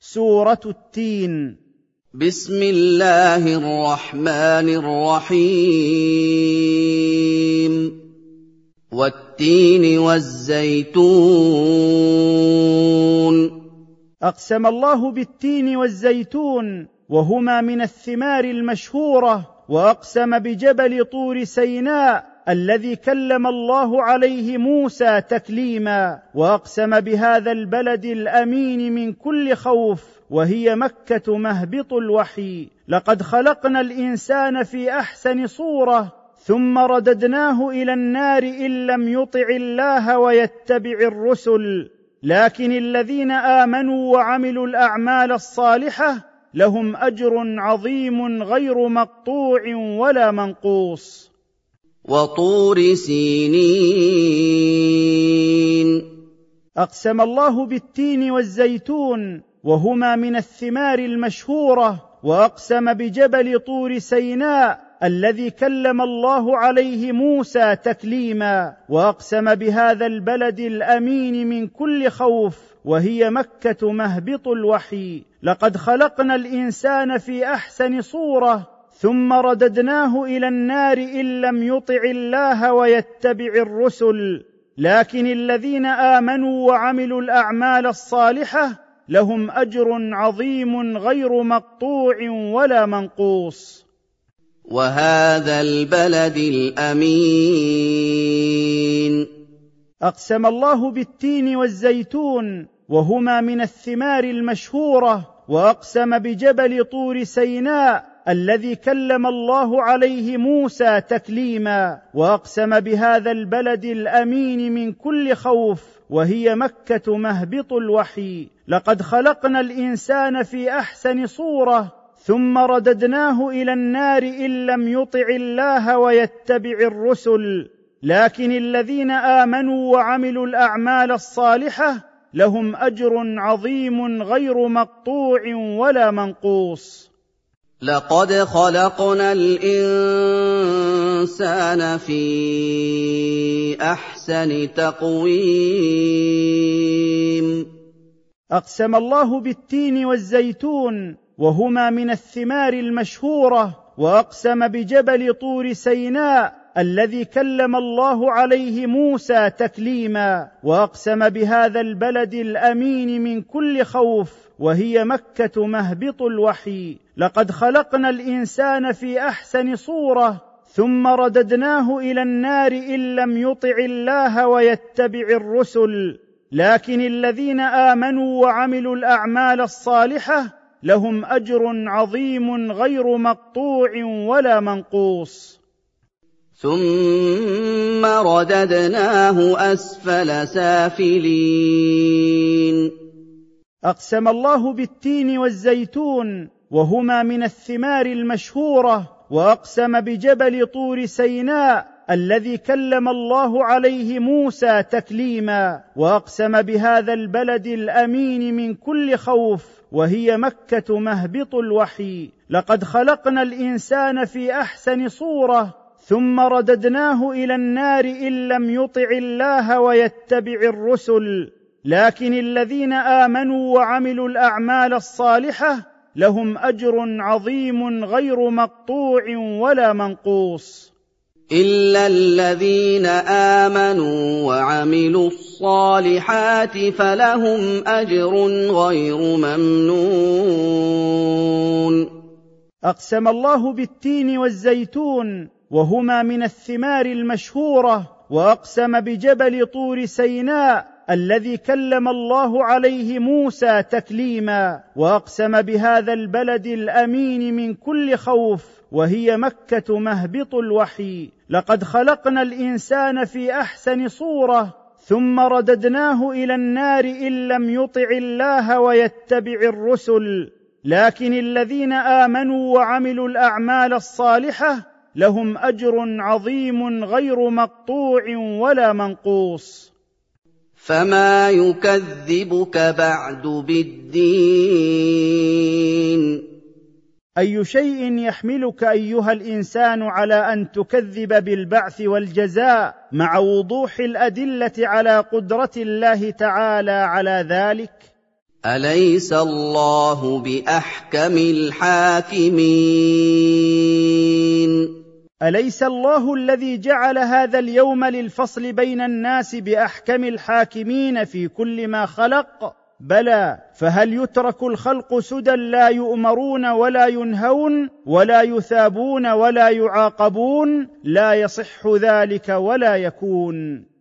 سورة التين. بسم الله الرحمن الرحيم. والتين والزيتون. أقسم الله بالتين والزيتون وهما من الثمار المشهورة، وأقسم بجبل طور سيناء الذي كلم الله عليه موسى تكليما، وأقسم بهذا البلد الأمين من كل خوف، وهي مكة مهبط الوحي. لقد خلقنا الإنسان في أحسن صورة ثم رددناه إلى النار إن لم يطع الله ويتبع الرسل، لكن الذين آمنوا وعملوا الأعمال الصالحة لهم أجر عظيم غير مقطوع ولا منقوص. وطور سينين. أقسم الله بالتين والزيتون وهما من الثمار المشهورة، وأقسم بجبل طور سيناء الذي كلم الله عليه موسى تكليما، وأقسم بهذا البلد الأمين من كل خوف، وهي مكة مهبط الوحي. لقد خلقنا الإنسان في أحسن صورة ثم رددناه إلى النار إن لم يطع الله ويتبع الرسل، لكن الذين آمنوا وعملوا الأعمال الصالحة لهم أجر عظيم غير مقطوع ولا منقوص. وهذا البلد الأمين. أقسم الله بالتين والزيتون وهما من الثمار المشهورة، وأقسم بجبل طور سيناء الذي كلم الله عليه موسى تكليما، وأقسم بهذا البلد الأمين من كل خوف، وهي مكة مهبط الوحي. لقد خلقنا الإنسان في أحسن صورة ثم رددناه إلى النار إن لم يطع الله ويتبع الرسل، لكن الذين آمنوا وعملوا الأعمال الصالحة لهم أجر عظيم غير مقطوع ولا منقوص. لقد خلقنا الإنسان في أحسن تقويم. أقسم الله بالتين والزيتون وهما من الثمار المشهورة، وأقسم بجبل طور سيناء الذي كلم الله عليه موسى تكليما، وأقسم بهذا البلد الأمين من كل خوف، وهي مكة مهبط الوحي. لقد خلقنا الإنسان في أحسن صورة ثم رددناه إلى النار إن لم يطع الله ويتبع الرسل، لكن الذين آمنوا وعملوا الأعمال الصالحة لهم أجر عظيم غير مقطوع ولا منقوص. ثم رددناه أسفل سافلين. أقسم الله بالتين والزيتون وهما من الثمار المشهورة، وأقسم بجبل طور سيناء الذي كلم الله عليه موسى تكليما، وأقسم بهذا البلد الأمين من كل خوف، وهي مكة مهبط الوحي. لقد خلقنا الإنسان في أحسن صورة ثم رددناه إلى النار إن لم يطع الله ويتبع الرسل، لكن الذين آمنوا وعملوا الأعمال الصالحة لهم أجر عظيم غير مقطوع ولا منقوص. إلا الذين آمنوا وعملوا الصالحات فلهم أجر غير ممنون. أقسم الله بالتين والزيتون وهما من الثمار المشهورة، وأقسم بجبل طور سيناء الذي كلم الله عليه موسى تكليما، وأقسم بهذا البلد الأمين من كل خوف، وهي مكة مهبط الوحي. لقد خلقنا الإنسان في أحسن صورة ثم رددناه إلى النار إن لم يطع الله ويتبع الرسل، لكن الذين آمنوا وعملوا الأعمال الصالحة لهم أجر عظيم غير مقطوع ولا منقوص. فما يكذبك بعد بالدين. أي شيء يحملك أيها الإنسان على أن تكذب بالبعث والجزاء مع وضوح الأدلة على قدرة الله تعالى على ذلك؟ أليس الله بأحكم الحاكمين؟ أليس الله الذي جعل هذا اليوم للفصل بين الناس بأحكم الحاكمين في كل ما خلق؟ بلى، فهل يترك الخلق سدى لا يؤمرون ولا ينهون ولا يثابون ولا يعاقبون؟ لا يصح ذلك ولا يكون.